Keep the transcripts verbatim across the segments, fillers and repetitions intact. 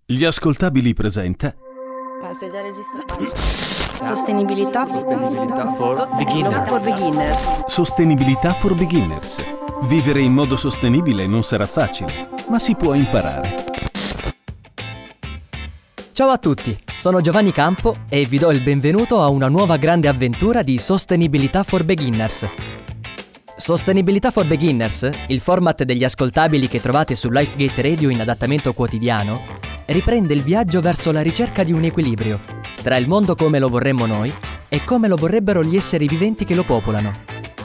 Gli ascoltabili presenta Ma sei già registrato? Sostenibilità Sostenibilità for, Beginner. for beginners. Sostenibilità for Beginners. Vivere in modo sostenibile non sarà facile, ma si può imparare. Ciao a tutti, sono Giovanni Campo e vi do il benvenuto a una nuova grande avventura di Sostenibilità for Beginners. Sostenibilità for Beginners, il format degli ascoltabili che trovate su Lifegate Radio in adattamento quotidiano, riprende il viaggio verso la ricerca di un equilibrio tra il mondo come lo vorremmo noi e come lo vorrebbero gli esseri viventi che lo popolano.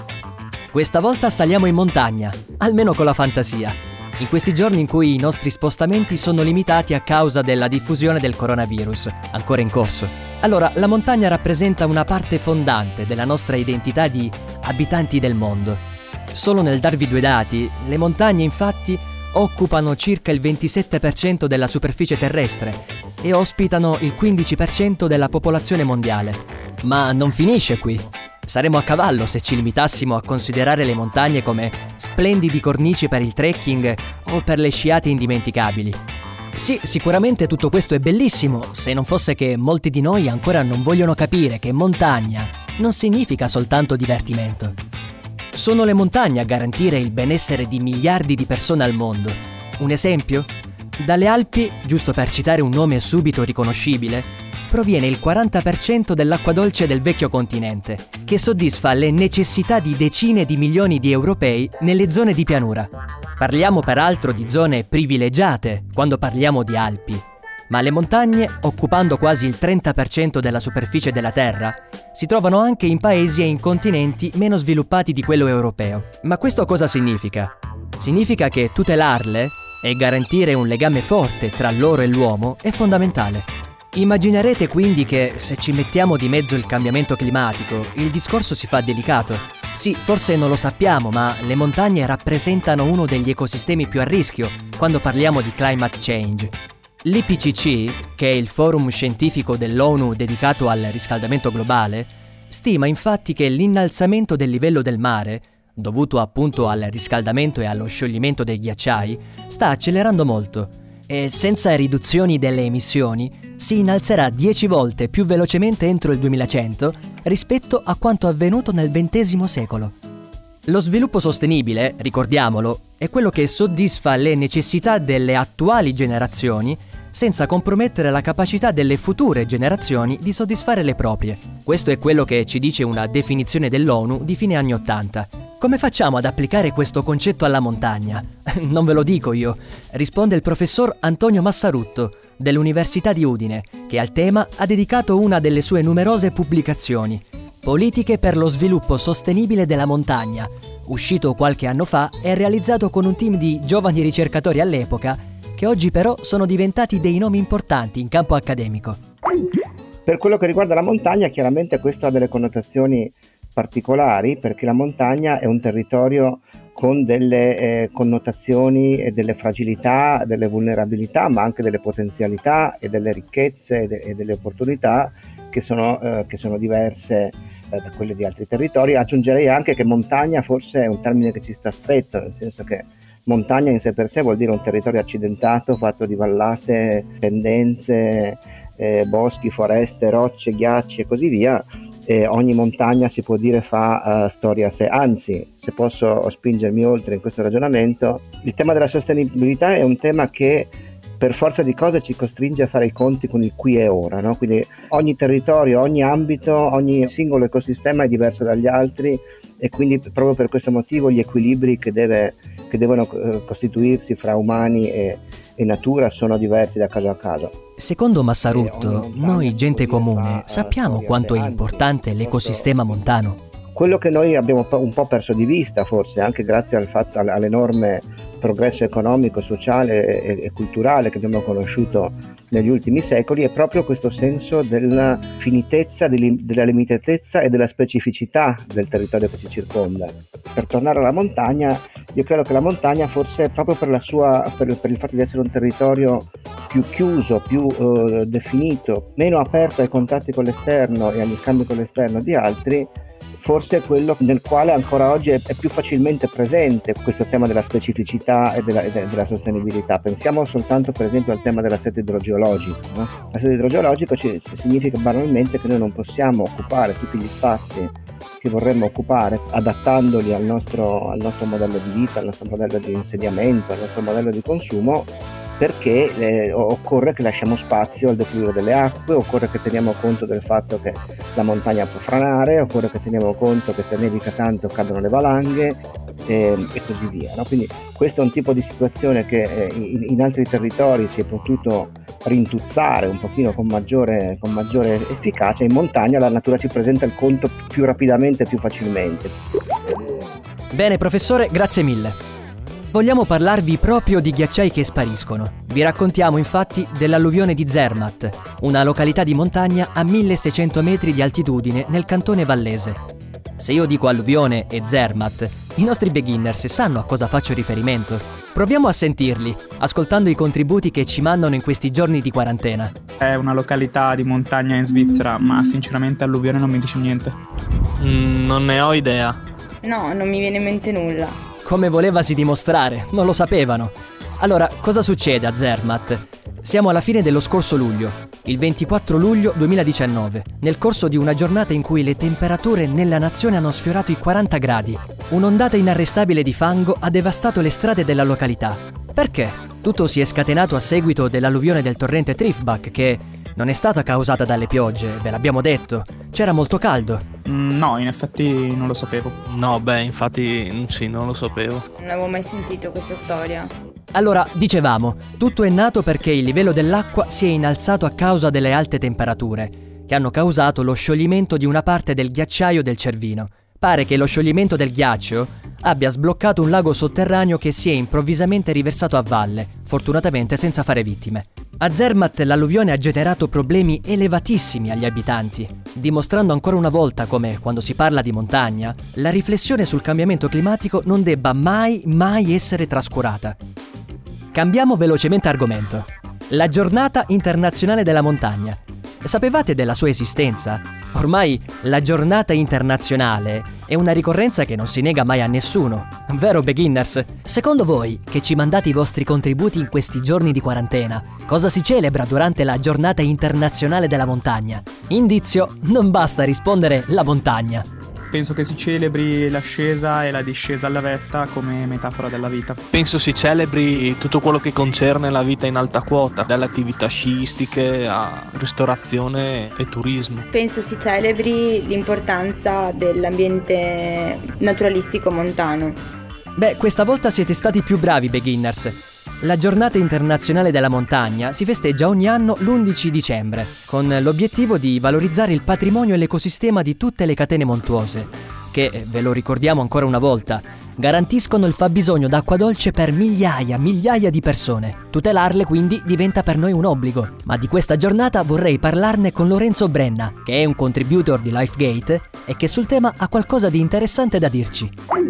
Questa volta saliamo in montagna, almeno con la fantasia, in questi giorni in cui i nostri spostamenti sono limitati a causa della diffusione del coronavirus, ancora in corso. Allora, la montagna rappresenta una parte fondante della nostra identità di abitanti del mondo. Solo nel darvi due dati, le montagne infatti occupano circa il ventisette per cento della superficie terrestre e ospitano il quindici per cento della popolazione mondiale. Ma non finisce qui. Saremmo a cavallo se ci limitassimo a considerare le montagne come splendidi cornici per il trekking o per le sciate indimenticabili. Sì, sicuramente tutto questo è bellissimo, se non fosse che molti di noi ancora non vogliono capire che montagna non significa soltanto divertimento. Sono le montagne a garantire il benessere di miliardi di persone al mondo. Un esempio? Dalle Alpi, giusto per citare un nome subito riconoscibile, proviene il quaranta per cento dell'acqua dolce del vecchio continente, che soddisfa le necessità di decine di milioni di europei nelle zone di pianura. Parliamo peraltro di zone privilegiate quando parliamo di Alpi, ma le montagne, occupando quasi il trenta per cento della superficie della Terra, si trovano anche in paesi e in continenti meno sviluppati di quello europeo. Ma questo cosa significa? Significa che tutelarle e garantire un legame forte tra loro e l'uomo è fondamentale. Immaginerete quindi che se ci mettiamo di mezzo il cambiamento climatico, il discorso si fa delicato. Sì, forse non lo sappiamo, ma le montagne rappresentano uno degli ecosistemi più a rischio quando parliamo di climate change. L'I P C C, che è il forum scientifico dell'ONU dedicato al riscaldamento globale, stima infatti che l'innalzamento del livello del mare, dovuto appunto al riscaldamento e allo scioglimento dei ghiacciai, sta accelerando molto e senza riduzioni delle emissioni si innalzerà dieci volte più velocemente entro il duemilacento rispetto a quanto avvenuto nel ventesimo secolo. Lo sviluppo sostenibile, ricordiamolo, è quello che soddisfa le necessità delle attuali generazioni senza compromettere la capacità delle future generazioni di soddisfare le proprie. Questo è quello che ci dice una definizione dell'ONU di fine anni Ottanta. Come facciamo ad applicare questo concetto alla montagna? Non ve lo dico io, risponde il professor Antonio Massarutto dell'Università di Udine, che al tema ha dedicato una delle sue numerose pubblicazioni, Politiche per lo sviluppo sostenibile della montagna, uscito qualche anno fa e realizzato con un team di giovani ricercatori all'epoca, che oggi però sono diventati dei nomi importanti in campo accademico. Per quello che riguarda la montagna, chiaramente questo ha delle connotazioni particolari, perché la montagna è un territorio con delle eh, connotazioni e delle fragilità, delle vulnerabilità, ma anche delle potenzialità e delle ricchezze e, de- e delle opportunità che sono, eh, che sono diverse eh, da quelle di altri territori. Aggiungerei anche che montagna forse è un termine che ci sta stretto, nel senso che montagna in sé per sé vuol dire un territorio accidentato, fatto di vallate, pendenze, eh, boschi, foreste, rocce, ghiacci e così via. E ogni montagna si può dire fa uh, storia a sé, anzi, se posso spingermi oltre in questo ragionamento, il tema della sostenibilità è un tema che per forza di cose ci costringe a fare i conti con il qui e ora, no? Quindi ogni territorio, ogni ambito, ogni singolo ecosistema è diverso dagli altri e quindi proprio per questo motivo gli equilibri che, deve, che devono uh, costituirsi fra umani e, e natura sono diversi da caso a caso. Secondo Massarutto, noi gente comune sappiamo quanto è importante l'ecosistema montano. Quello che noi abbiamo un po' perso di vista, forse anche grazie al fatto, all'enorme progresso economico, sociale e, e culturale che abbiamo conosciuto negli ultimi secoli, è proprio questo senso della finitezza, della limitatezza e della specificità del territorio che ci circonda. Per tornare alla montagna, io credo che la montagna forse proprio per la sua, per, per il fatto di essere un territorio più chiuso, più eh, definito, meno aperto ai contatti con l'esterno e agli scambi con l'esterno di altri, forse è quello nel quale ancora oggi è, è più facilmente presente questo tema della specificità e della, e della sostenibilità. Pensiamo soltanto per esempio al tema dell'assetto idrogeologico, no? L'assetto idrogeologico ci, significa banalmente che noi non possiamo occupare tutti gli spazi che vorremmo occupare adattandoli al nostro, al nostro modello di vita, al nostro modello di insediamento, al nostro modello di consumo, perché eh, occorre che lasciamo spazio al defluire delle acque, occorre che teniamo conto del fatto che la montagna può franare, occorre che teniamo conto che se nevica tanto cadono le valanghe eh, e così via, no? Quindi questo è un tipo di situazione che eh, in, in altri territori si è potuto rintuzzare un pochino con maggiore, con maggiore efficacia. In montagna la natura ci presenta il conto più rapidamente e più facilmente. Bene professore, grazie mille. Vogliamo parlarvi proprio di ghiacciai che spariscono. Vi raccontiamo infatti dell'alluvione di Zermatt, una località di montagna a milleseicento metri di altitudine nel cantone vallese. Se io dico alluvione e Zermatt, i nostri beginners sanno a cosa faccio riferimento. Proviamo a sentirli, ascoltando i contributi che ci mandano in questi giorni di quarantena. È una località di montagna in Svizzera, ma sinceramente alluvione non mi dice niente. Mm, non ne ho idea. No, non mi viene in mente nulla. Come volevasi dimostrare, non lo sapevano. Allora, cosa succede a Zermatt? Siamo alla fine dello scorso luglio, il ventiquattro luglio duemiladiciannove, nel corso di una giornata in cui le temperature nella nazione hanno sfiorato i quaranta gradi. Un'ondata inarrestabile di fango ha devastato le strade della località. Perché? Tutto si è scatenato a seguito dell'alluvione del torrente Triefbach che non è stata causata dalle piogge, ve l'abbiamo detto. C'era molto caldo. Mm, no, in effetti non lo sapevo. No, beh, infatti sì, non lo sapevo. Non avevo mai sentito questa storia. Allora, dicevamo, tutto è nato perché il livello dell'acqua si è innalzato a causa delle alte temperature, che hanno causato lo scioglimento di una parte del ghiacciaio del Cervino. Pare che lo scioglimento del ghiaccio abbia sbloccato un lago sotterraneo che si è improvvisamente riversato a valle, fortunatamente senza fare vittime. A Zermatt l'alluvione ha generato problemi elevatissimi agli abitanti, dimostrando ancora una volta come, quando si parla di montagna, la riflessione sul cambiamento climatico non debba mai, mai essere trascurata. Cambiamo velocemente argomento. La Giornata Internazionale della Montagna. Sapevate della sua esistenza? Ormai la Giornata Internazionale è una ricorrenza che non si nega mai a nessuno. Vero beginners? Secondo voi, che ci mandate i vostri contributi in questi giorni di quarantena, cosa si celebra durante la Giornata Internazionale della Montagna? Indizio, non basta rispondere la montagna. Penso che si celebri l'ascesa e la discesa alla vetta come metafora della vita. Penso si celebri tutto quello che concerne la vita in alta quota, dalle attività sciistiche a ristorazione e turismo. Penso si celebri l'importanza dell'ambiente naturalistico montano. Beh, questa volta siete stati più bravi, beginners. La Giornata Internazionale della Montagna si festeggia ogni anno l'undici dicembre, con l'obiettivo di valorizzare il patrimonio e l'ecosistema di tutte le catene montuose, che, ve lo ricordiamo ancora una volta, garantiscono il fabbisogno d'acqua dolce per migliaia, migliaia di persone. Tutelarle quindi diventa per noi un obbligo. Ma di questa giornata vorrei parlarne con Lorenzo Brenna, che è un contributor di LifeGate e che sul tema ha qualcosa di interessante da dirci.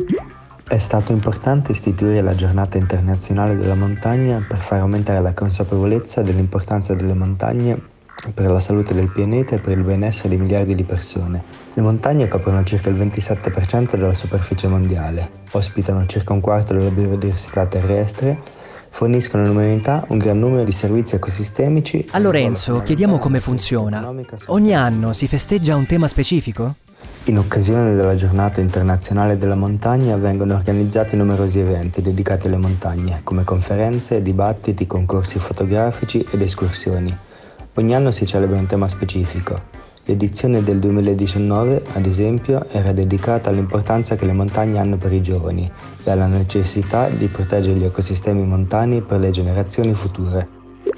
È stato importante istituire la Giornata Internazionale della Montagna per far aumentare la consapevolezza dell'importanza delle montagne per la salute del pianeta e per il benessere di miliardi di persone. Le montagne coprono circa il ventisette per cento della superficie mondiale, ospitano circa un quarto della biodiversità terrestre, forniscono all'umanità un gran numero di servizi ecosistemici. A Lorenzo chiediamo come funziona. Ogni anno si festeggia un tema specifico? In occasione della Giornata Internazionale della Montagna vengono organizzati numerosi eventi dedicati alle montagne, come conferenze, dibattiti, concorsi fotografici ed escursioni. Ogni anno si celebra un tema specifico. L'edizione del duemiladiciannove, ad esempio, era dedicata all'importanza che le montagne hanno per i giovani e alla necessità di proteggere gli ecosistemi montani per le generazioni future.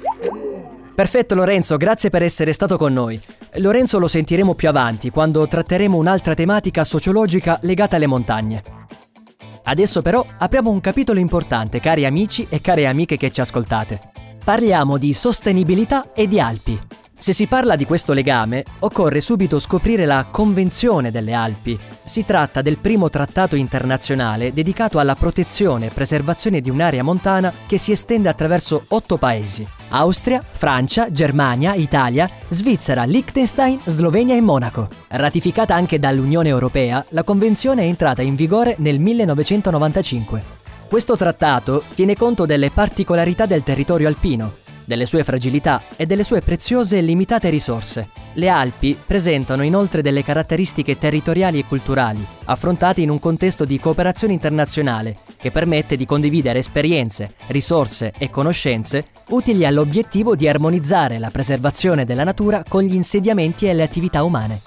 Perfetto Lorenzo, grazie per essere stato con noi. Lorenzo lo sentiremo più avanti, quando tratteremo un'altra tematica sociologica legata alle montagne. Adesso però apriamo un capitolo importante, cari amici e care amiche che ci ascoltate. Parliamo di sostenibilità e di Alpi. Se si parla di questo legame, occorre subito scoprire la Convenzione delle Alpi, Si tratta del primo trattato internazionale dedicato alla protezione e preservazione di un'area montana che si estende attraverso otto paesi: Austria, Francia, Germania, Italia, Svizzera, Liechtenstein, Slovenia e Monaco. Ratificata anche dall'Unione Europea, la convenzione è entrata in vigore nel millenovecentonovantacinque. Questo trattato tiene conto delle particolarità del territorio alpino, delle sue fragilità e delle sue preziose e limitate risorse. Le Alpi presentano inoltre delle caratteristiche territoriali e culturali, affrontate in un contesto di cooperazione internazionale che permette di condividere esperienze, risorse e conoscenze utili all'obiettivo di armonizzare la preservazione della natura con gli insediamenti e le attività umane.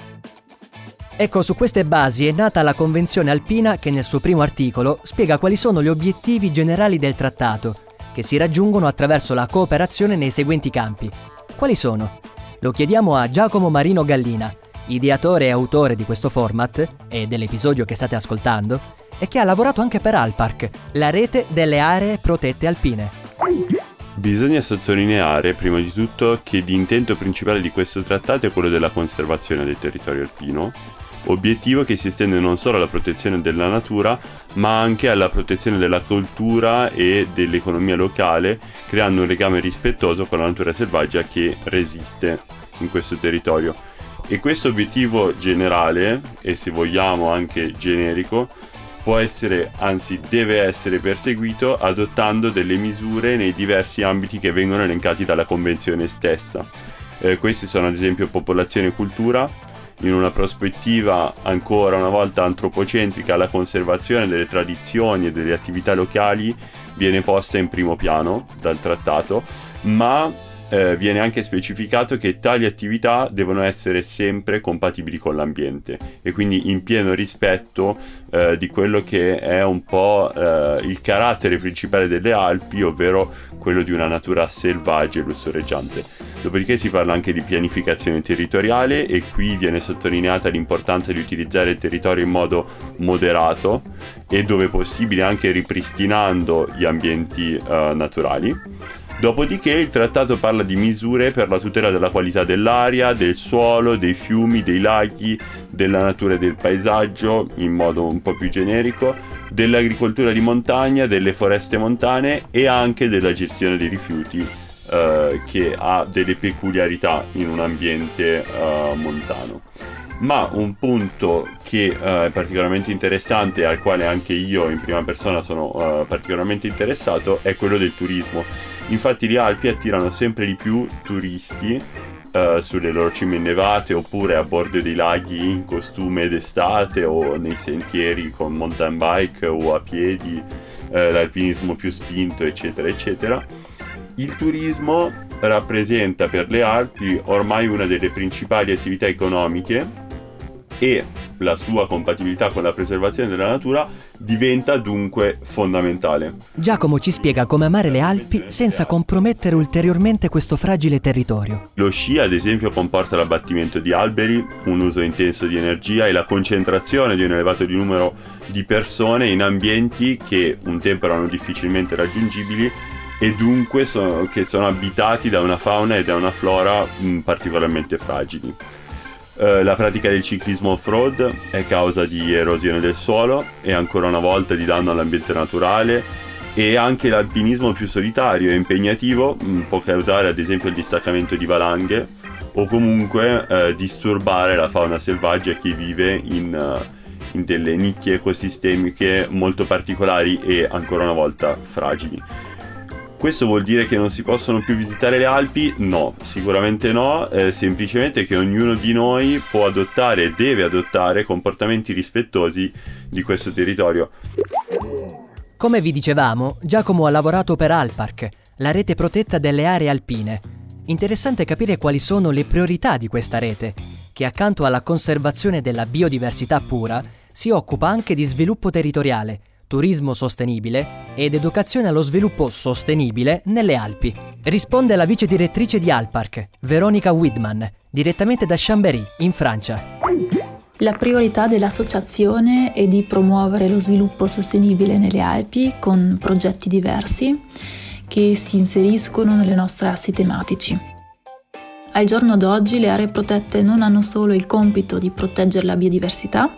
Ecco, su queste basi è nata la Convenzione Alpina che nel suo primo articolo spiega quali sono gli obiettivi generali del trattato, che si raggiungono attraverso la cooperazione nei seguenti campi. Quali sono? Lo chiediamo a Giacomo Marino Gallina, ideatore e autore di questo format e dell'episodio che state ascoltando, e che ha lavorato anche per Alpark, la rete delle aree protette alpine. Bisogna sottolineare, prima di tutto, che l'intento principale di questo trattato è quello della conservazione del territorio alpino, obiettivo che si estende non solo alla protezione della natura, ma anche alla protezione della cultura e dell'economia locale, creando un legame rispettoso con la natura selvaggia che resiste in questo territorio. E questo obiettivo generale, e se vogliamo anche generico, può essere, anzi deve essere perseguito adottando delle misure nei diversi ambiti che vengono elencati dalla Convenzione stessa. Eh, questi sono ad esempio popolazione e cultura. In una prospettiva ancora una volta antropocentrica, la conservazione delle tradizioni e delle attività locali viene posta in primo piano dal trattato, ma eh, viene anche specificato che tali attività devono essere sempre compatibili con l'ambiente e quindi in pieno rispetto eh, di quello che è un po' eh, il carattere principale delle Alpi, ovvero quello di una natura selvaggia e lussureggiante. Dopodiché si parla anche di pianificazione territoriale e qui viene sottolineata l'importanza di utilizzare il territorio in modo moderato e dove possibile anche ripristinando gli ambienti uh, naturali. Dopodiché il trattato parla di misure per la tutela della qualità dell'aria, del suolo, dei fiumi, dei laghi, della natura e del paesaggio in modo un po' più generico, dell'agricoltura di montagna, delle foreste montane e anche della gestione dei rifiuti, Uh, che ha delle peculiarità in un ambiente uh, montano. Ma un punto che uh, è particolarmente interessante e al quale anche io in prima persona sono uh, particolarmente interessato è quello del turismo. Infatti le Alpi attirano sempre di più turisti uh, sulle loro cime innevate oppure a bordo dei laghi in costume d'estate o nei sentieri con mountain bike o a piedi, uh, l'alpinismo più spinto eccetera eccetera. Il turismo rappresenta per le Alpi ormai una delle principali attività economiche e la sua compatibilità con la preservazione della natura diventa dunque fondamentale. Giacomo ci spiega come amare le Alpi senza compromettere ulteriormente questo fragile territorio. Lo sci, ad esempio, comporta l'abbattimento di alberi, un uso intenso di energia e la concentrazione di un elevato numero di persone in ambienti che un tempo erano difficilmente raggiungibili e dunque sono, che sono abitati da una fauna e da una flora mh, particolarmente fragili. Uh, la pratica del ciclismo off-road è causa di erosione del suolo e ancora una volta di danno all'ambiente naturale, e anche l'alpinismo più solitario e impegnativo mh, può causare ad esempio il distaccamento di valanghe o comunque uh, disturbare la fauna selvaggia che vive in, uh, in delle nicchie ecosistemiche molto particolari e ancora una volta fragili. Questo vuol dire che non si possono più visitare le Alpi? No, sicuramente no, eh, semplicemente che ognuno di noi può adottare e deve adottare comportamenti rispettosi di questo territorio. Come vi dicevamo, Giacomo ha lavorato per Alpark, la rete protetta delle aree alpine. Interessante capire quali sono le priorità di questa rete, che accanto alla conservazione della biodiversità pura si occupa anche di sviluppo territoriale, turismo sostenibile ed educazione allo sviluppo sostenibile nelle Alpi. Risponde la vice direttrice di Alpark, Veronica Widman, direttamente da Chambéry, in Francia. La priorità dell'associazione è di promuovere lo sviluppo sostenibile nelle Alpi con progetti diversi che si inseriscono nelle nostre assi tematici. Al giorno d'oggi le aree protette non hanno solo il compito di proteggere la biodiversità,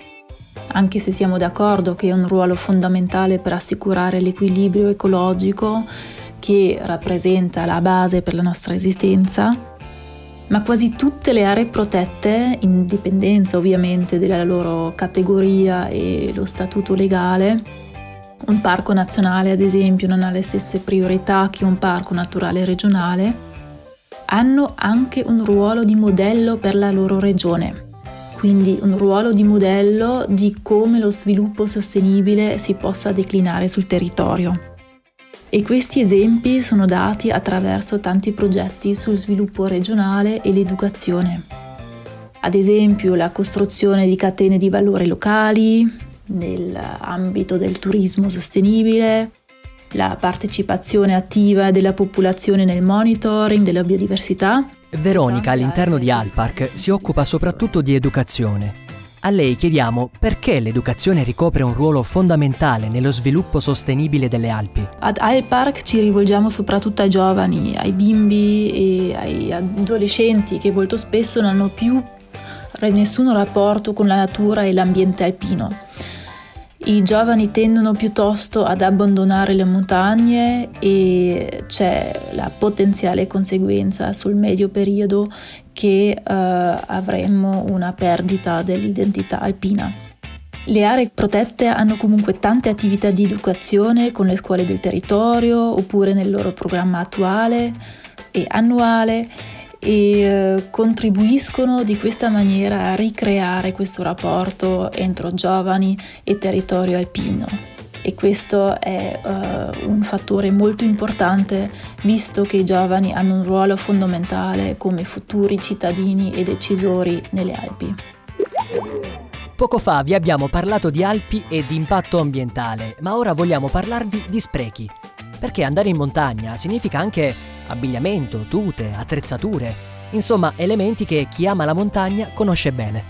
Anche se siamo d'accordo che è un ruolo fondamentale per assicurare l'equilibrio ecologico che rappresenta la base per la nostra esistenza, ma quasi tutte le aree protette, in dipendenza ovviamente della loro categoria e lo statuto legale, un parco nazionale ad esempio non ha le stesse priorità che un parco naturale regionale, hanno anche un ruolo di modello per la loro regione. Quindi un ruolo di modello di come lo sviluppo sostenibile si possa declinare sul territorio. E questi esempi sono dati attraverso tanti progetti sul sviluppo regionale e l'educazione. Ad esempio la costruzione di catene di valore locali, nell'ambito del turismo sostenibile, la partecipazione attiva della popolazione nel monitoring della biodiversità. Veronica all'interno di Alpark si occupa soprattutto di educazione. A lei chiediamo perché l'educazione ricopre un ruolo fondamentale nello sviluppo sostenibile delle Alpi. Ad Alpark ci rivolgiamo soprattutto ai giovani, ai bimbi e ai adolescenti che molto spesso non hanno più nessun rapporto con la natura e l'ambiente alpino. I giovani tendono piuttosto ad abbandonare le montagne e c'è la potenziale conseguenza sul medio periodo che eh, avremmo una perdita dell'identità alpina. Le aree protette hanno comunque tante attività di educazione con le scuole del territorio oppure nel loro programma attuale e annuale e eh, contribuiscono di questa maniera a ricreare questo rapporto entro giovani e territorio alpino. E questo è uh, un fattore molto importante visto che i giovani hanno un ruolo fondamentale come futuri cittadini e decisori nelle Alpi. Poco fa vi abbiamo parlato di Alpi e di impatto ambientale, ma ora vogliamo parlarvi di sprechi. Perché andare in montagna significa anche abbigliamento, tute, attrezzature, insomma elementi che chi ama la montagna conosce bene.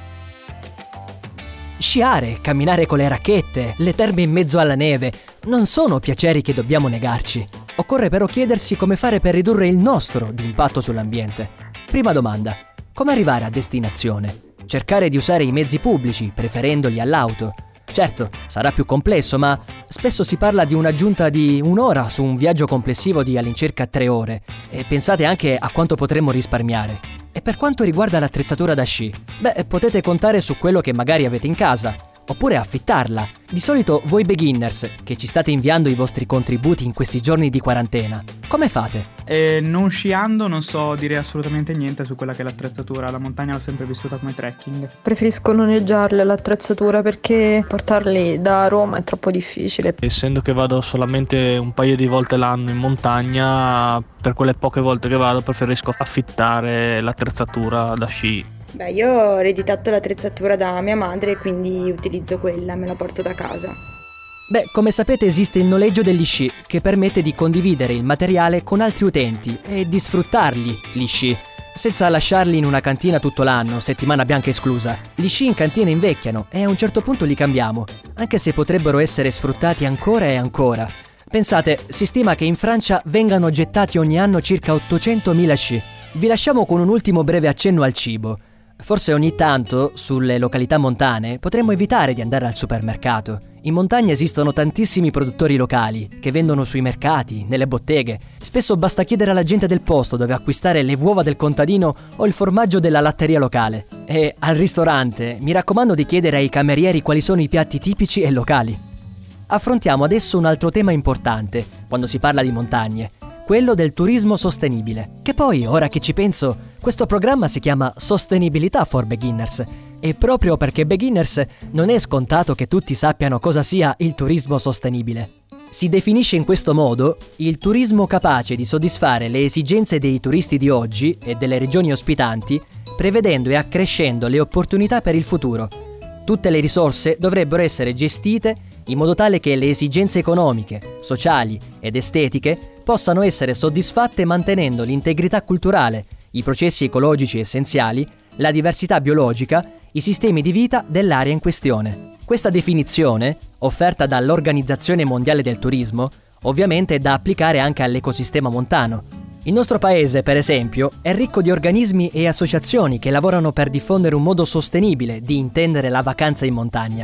Sciare, camminare con le racchette, le terme in mezzo alla neve, non sono piaceri che dobbiamo negarci. Occorre però chiedersi come fare per ridurre il nostro di impatto sull'ambiente. Prima domanda, come arrivare a destinazione? Cercare di usare i mezzi pubblici, preferendoli all'auto. Certo, sarà più complesso, ma spesso si parla di un'aggiunta di un'ora su un viaggio complessivo di all'incirca tre ore. E pensate anche a quanto potremmo risparmiare. E per quanto riguarda l'attrezzatura da sci, beh, potete contare su quello che magari avete in casa, oppure affittarla. Di solito voi beginners, che ci state inviando i vostri contributi in questi giorni di quarantena, come fate? E non sciando non so dire assolutamente niente su quella che è l'attrezzatura, la montagna l'ho sempre vissuta come trekking. Preferisco noleggiarle l'attrezzatura perché portarli da Roma è troppo difficile. Essendo che vado solamente un paio di volte l'anno in montagna, per quelle poche volte che vado preferisco affittare l'attrezzatura da sci. Beh, io ho ereditato l'attrezzatura da mia madre, quindi utilizzo quella, me la porto da casa. Beh, come sapete esiste il noleggio degli sci, che permette di condividere il materiale con altri utenti e di sfruttarli, gli sci, senza lasciarli in una cantina tutto l'anno, settimana bianca esclusa. Gli sci in cantina invecchiano e a un certo punto li cambiamo, anche se potrebbero essere sfruttati ancora e ancora. Pensate, si stima che in Francia vengano gettati ogni anno circa ottocentomila sci. Vi lasciamo con un ultimo breve accenno al cibo. Forse ogni tanto, sulle località montane, potremmo evitare di andare al supermercato. In montagna esistono tantissimi produttori locali, che vendono sui mercati, nelle botteghe. Spesso basta chiedere alla gente del posto dove acquistare le uova del contadino o il formaggio della latteria locale. E al ristorante, mi raccomando di chiedere ai camerieri quali sono i piatti tipici e locali. Affrontiamo adesso un altro tema importante, quando si parla di montagne. Quello del turismo sostenibile, che poi, ora che ci penso, questo programma si chiama Sostenibilità for Beginners e proprio perché beginners non è scontato che tutti sappiano cosa sia il turismo sostenibile. Si definisce in questo modo il turismo capace di soddisfare le esigenze dei turisti di oggi e delle regioni ospitanti, prevedendo e accrescendo le opportunità per il futuro. Tutte le risorse dovrebbero essere gestite in modo tale che le esigenze economiche, sociali ed estetiche possano essere soddisfatte mantenendo l'integrità culturale, i processi ecologici essenziali, la diversità biologica, i sistemi di vita dell'area in questione. Questa definizione, offerta dall'Organizzazione Mondiale del Turismo, ovviamente è da applicare anche all'ecosistema montano. Il nostro paese, per esempio, è ricco di organismi e associazioni che lavorano per diffondere un modo sostenibile di intendere la vacanza in montagna.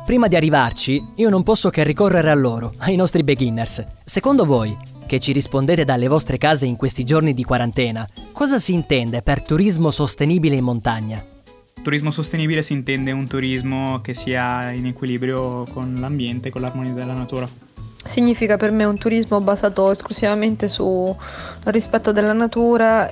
Prima di arrivarci, io non posso che ricorrere a loro, ai nostri beginners. Secondo voi, che ci rispondete dalle vostre case in questi giorni di quarantena, cosa si intende per turismo sostenibile in montagna? Turismo sostenibile si intende un turismo che sia in equilibrio con l'ambiente, con l'armonia della natura. Significa per me un turismo basato esclusivamente sul rispetto della natura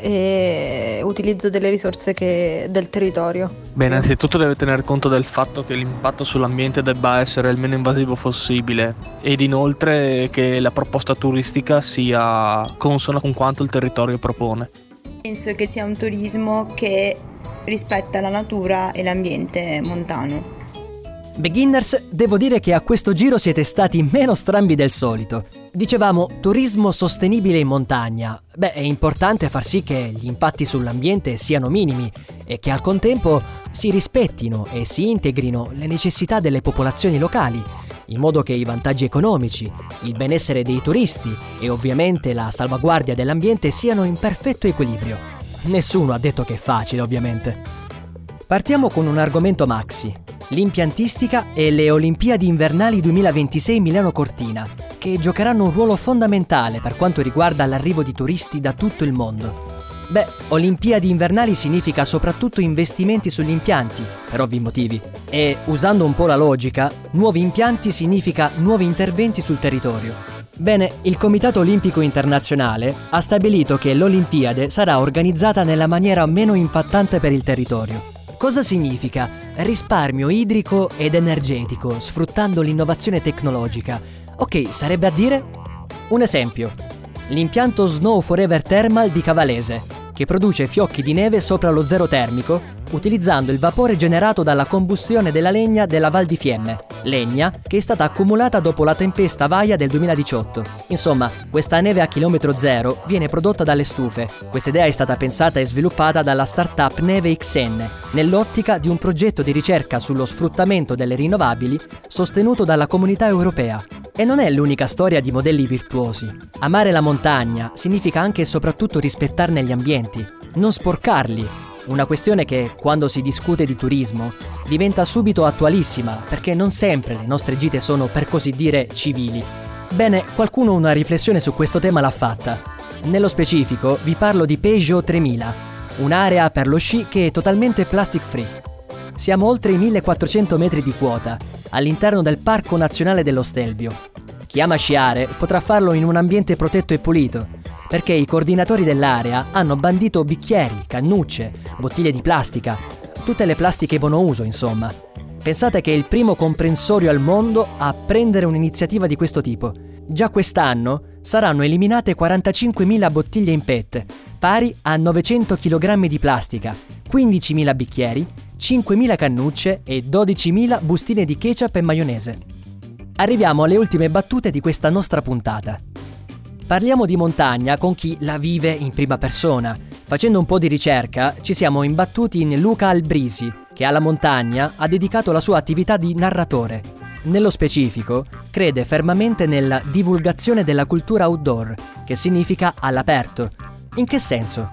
e utilizzo delle risorse che, del territorio. Beh, innanzitutto deve tener conto del fatto che l'impatto sull'ambiente debba essere il meno invasivo possibile ed inoltre che la proposta turistica sia consona con quanto il territorio propone. Penso che sia un turismo che rispetta la natura e l'ambiente montano. Beginners, devo dire che a questo giro siete stati meno strambi del solito. Dicevamo turismo sostenibile in montagna. Beh, è importante far sì che gli impatti sull'ambiente siano minimi e che al contempo si rispettino e si integrino le necessità delle popolazioni locali, in modo che i vantaggi economici, il benessere dei turisti e ovviamente la salvaguardia dell'ambiente siano in perfetto equilibrio. Nessuno ha detto che è facile, ovviamente. Partiamo con un argomento maxi. L'impiantistica e le Olimpiadi Invernali duemilaventisei Milano Cortina, che giocheranno un ruolo fondamentale per quanto riguarda l'arrivo di turisti da tutto il mondo. Beh, Olimpiadi Invernali significa soprattutto investimenti sugli impianti, per ovvi motivi. E, usando un po' la logica, nuovi impianti significa nuovi interventi sul territorio. Bene, il Comitato Olimpico Internazionale ha stabilito che l'Olimpiade sarà organizzata nella maniera meno impattante per il territorio. Cosa significa? Risparmio idrico ed energetico, sfruttando l'innovazione tecnologica. Ok, sarebbe a dire? Un esempio. L'impianto Snow Forever Thermal di Cavalese, che produce fiocchi di neve sopra lo zero termico, utilizzando il vapore generato dalla combustione della legna della Val di Fiemme, legna che è stata accumulata dopo la tempesta Vaia del duemiladiciotto. Insomma, questa neve a chilometro zero viene prodotta dalle stufe. Questa idea è stata pensata e sviluppata dalla startup Neve X N, nell'ottica di un progetto di ricerca sullo sfruttamento delle rinnovabili sostenuto dalla Comunità Europea. E non è l'unica storia di modelli virtuosi. Amare la montagna significa anche e soprattutto rispettarne gli ambienti, non sporcarli. Una questione che, quando si discute di turismo, diventa subito attualissima, perché non sempre le nostre gite sono, per così dire, civili. Bene, qualcuno una riflessione su questo tema l'ha fatta. Nello specifico vi parlo di Peugeot tremila, un'area per lo sci che è totalmente plastic free. Siamo oltre i millequattrocento metri di quota, all'interno del Parco Nazionale dello Stelvio. Chi ama sciare potrà farlo in un ambiente protetto e pulito, perché i coordinatori dell'area hanno bandito bicchieri, cannucce, bottiglie di plastica, tutte le plastiche monouso, insomma. Pensate che è il primo comprensorio al mondo a prendere un'iniziativa di questo tipo. Già quest'anno saranno eliminate quarantacinquemila bottiglie in P E T, pari a novecento chilogrammi di plastica, quindicimila bicchieri, cinquemila cannucce e dodicimila bustine di ketchup e maionese. Arriviamo alle ultime battute di questa nostra puntata. Parliamo di montagna con chi la vive in prima persona. Facendo un po' di ricerca, ci siamo imbattuti in Luca Albrisi, che alla montagna ha dedicato la sua attività di narratore. Nello specifico, crede fermamente nella divulgazione della cultura outdoor, che significa all'aperto. In che senso?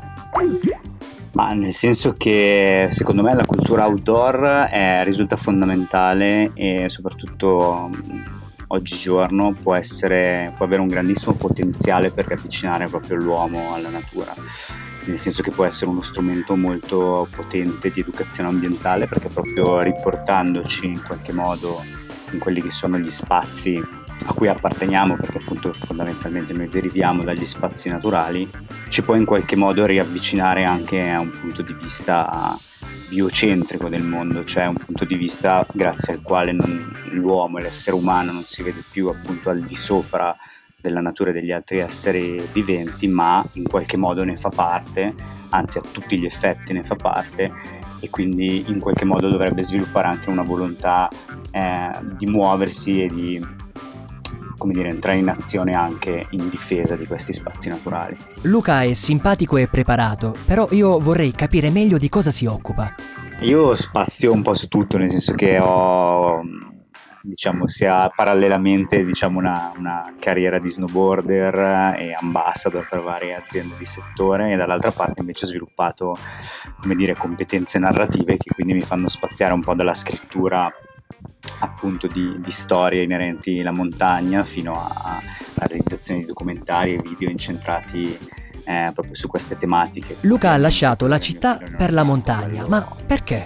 Ma nel senso che secondo me la cultura outdoor è, risulta fondamentale e soprattutto oggigiorno può essere, può avere un grandissimo potenziale per avvicinare proprio l'uomo alla natura, nel senso che può essere uno strumento molto potente di educazione ambientale, perché proprio riportandoci in qualche modo in quelli che sono gli spazi a cui apparteniamo, perché appunto fondamentalmente noi deriviamo dagli spazi naturali, ci può in qualche modo riavvicinare anche a un punto di vista biocentrico del mondo, cioè un punto di vista grazie al quale non, l'uomo e l'essere umano non si vede più appunto al di sopra della natura e degli altri esseri viventi, ma in qualche modo ne fa parte, anzi a tutti gli effetti ne fa parte, e quindi in qualche modo dovrebbe sviluppare anche una volontà eh, di muoversi e di, come dire, entrare in azione anche in difesa di questi spazi naturali. Luca è simpatico e preparato, però io vorrei capire meglio di cosa si occupa. Io spazio un po' su tutto, nel senso che ho, diciamo, sia parallelamente diciamo una, una carriera di snowboarder e ambassador per varie aziende di settore, e dall'altra parte invece ho sviluppato, come dire, competenze narrative che quindi mi fanno spaziare un po' dalla scrittura appunto di, di storie inerenti alla montagna, fino a, alla realizzazione di documentari e video incentrati eh, proprio su queste tematiche. Luca ha lasciato la città per la montagna, ma perché?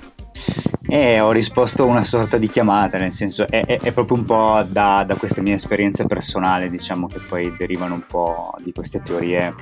E ho risposto a una sorta di chiamata, nel senso è, è, è proprio un po' da, da queste mie esperienze personali, diciamo, che poi derivano un po' di queste teorie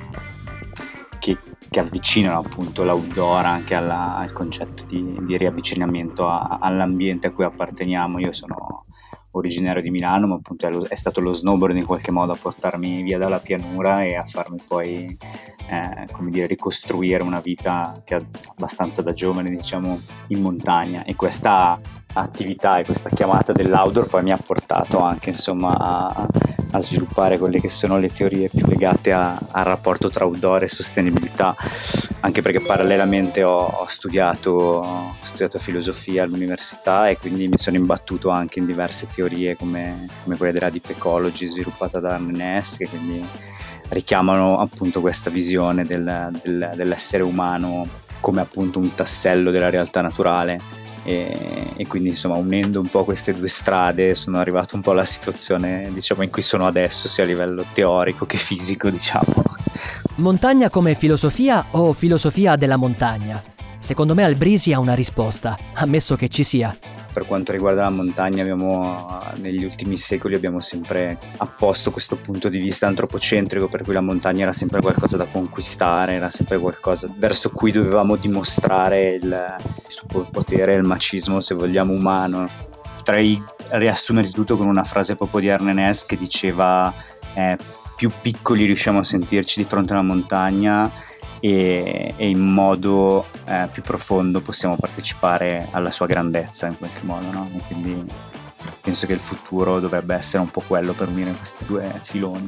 che, che avvicinano appunto l'outdoor anche alla, al concetto di, di riavvicinamento a, all'ambiente a cui apparteniamo. Io sono originario di Milano, ma appunto è, lo, è stato lo snowboard in qualche modo a portarmi via dalla pianura e a farmi poi eh, come dire, ricostruire una vita che è abbastanza da giovane, diciamo, in montagna. E questa attività e questa chiamata dell'outdoor poi mi ha portato anche, insomma, a, a sviluppare quelle che sono le teorie più legate a, al rapporto tra outdoor e sostenibilità, anche perché parallelamente ho, ho studiato ho studiato filosofia all'università e quindi mi sono imbattuto anche in diverse teorie come, come quella della deep ecology sviluppata da Arne Ness, che quindi richiamano appunto questa visione del, del, dell'essere umano come appunto un tassello della realtà naturale. E, e quindi, insomma, unendo un po' queste due strade sono arrivato un po' alla situazione, diciamo, in cui sono adesso, sia a livello teorico che fisico, diciamo. Montagna come filosofia o filosofia della montagna? Secondo me Albrisi ha una risposta, ammesso che ci sia. Per quanto riguarda la montagna, abbiamo negli ultimi secoli abbiamo sempre apposto questo punto di vista antropocentrico, per cui la montagna era sempre qualcosa da conquistare, era sempre qualcosa verso cui dovevamo dimostrare il, il suo potere, il macismo, se vogliamo, umano. Potrei riassumere tutto con una frase proprio di Arne Ness che diceva eh, più piccoli riusciamo a sentirci di fronte alla montagna e, e in modo eh, più profondo possiamo partecipare alla sua grandezza, in qualche modo, no? E quindi penso che il futuro dovrebbe essere un po' quello per unire questi due filoni.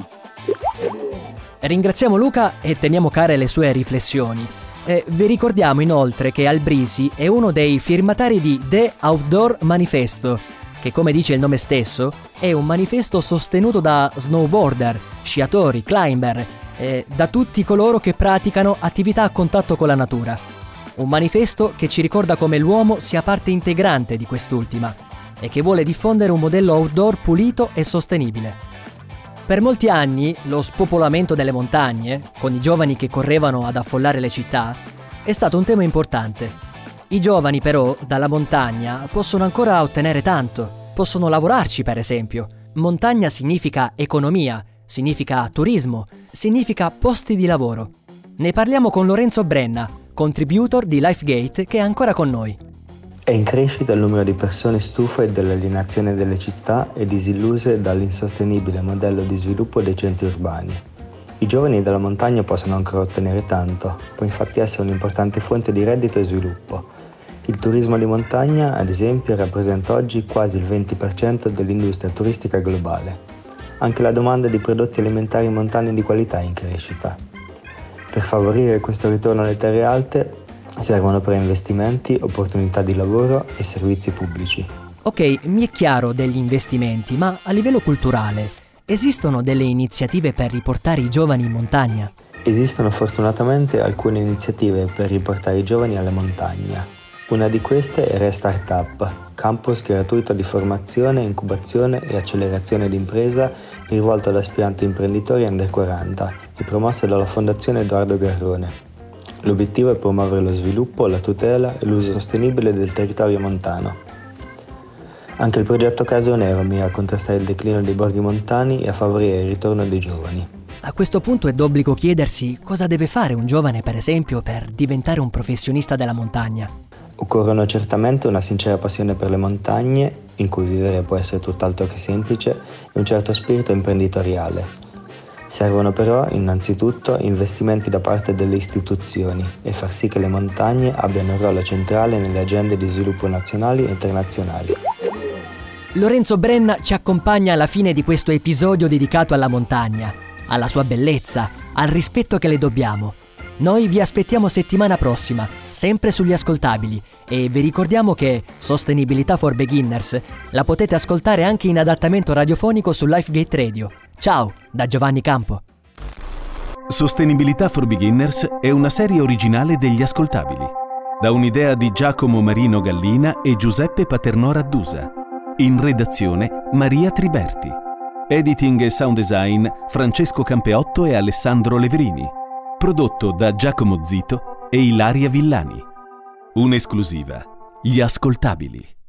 Ringraziamo Luca e teniamo care le sue riflessioni. Eh, vi ricordiamo inoltre che Albrisi è uno dei firmatari di The Outdoor Manifesto, che, come dice il nome stesso, è un manifesto sostenuto da snowboarder, sciatori, climber, eh, da tutti coloro che praticano attività a contatto con la natura. Un manifesto che ci ricorda come l'uomo sia parte integrante di quest'ultima e che vuole diffondere un modello outdoor pulito e sostenibile. Per molti anni lo spopolamento delle montagne, con i giovani che correvano ad affollare le città, è stato un tema importante. I giovani però dalla montagna possono ancora ottenere tanto, possono lavorarci per esempio. Montagna significa economia, significa turismo, significa posti di lavoro. Ne parliamo con Lorenzo Brenna, contributor di Lifegate, che è ancora con noi. È in crescita il numero di persone stufe dell'alienazione delle città e disilluse dall'insostenibile modello di sviluppo dei centri urbani. I giovani della montagna possono ancora ottenere tanto, può infatti essere un'importante fonte di reddito e sviluppo. Il turismo di montagna, ad esempio, rappresenta oggi quasi il venti per cento dell'industria turistica globale. Anche la domanda di prodotti alimentari montani di qualità è in crescita. Per favorire questo ritorno alle terre alte servono però investimenti, opportunità di lavoro e servizi pubblici. Ok, mi è chiaro degli investimenti, ma a livello culturale esistono delle iniziative per riportare i giovani in montagna? Esistono fortunatamente alcune iniziative per riportare i giovani alla montagna. Una di queste è Restart Up, campus gratuito di formazione, incubazione e accelerazione d'impresa rivolto ad aspiranti imprenditori under quaranta e promossa dalla Fondazione Edoardo Garrone. L'obiettivo è promuovere lo sviluppo, la tutela e l'uso sostenibile del territorio montano. Anche il progetto Caso Nero mira a contrastare il declino dei borghi montani e a favorire il ritorno dei giovani. A questo punto è d'obbligo chiedersi cosa deve fare un giovane, per esempio, per diventare un professionista della montagna. Occorrono certamente una sincera passione per le montagne, in cui vivere può essere tutt'altro che semplice, e un certo spirito imprenditoriale. Servono però, innanzitutto, investimenti da parte delle istituzioni e far sì che le montagne abbiano un ruolo centrale nelle agende di sviluppo nazionali e internazionali. Lorenzo Brenna ci accompagna alla fine di questo episodio dedicato alla montagna, alla sua bellezza, al rispetto che le dobbiamo. Noi vi aspettiamo settimana prossima, sempre sugli ascoltabili, e vi ricordiamo che Sostenibilità for Beginners la potete ascoltare anche in adattamento radiofonico su Lifegate Radio. Ciao, da Giovanni Campo. Sostenibilità for Beginners è una serie originale degli ascoltabili, da un'idea di Giacomo Marino Gallina e Giuseppe Paternò Raddusa. In redazione Maria Triberti. Editing e sound design Francesco Campeotto e Alessandro Leverini. Prodotto da Giacomo Zito e Ilaria Villani. Un'esclusiva. Gli ascoltabili.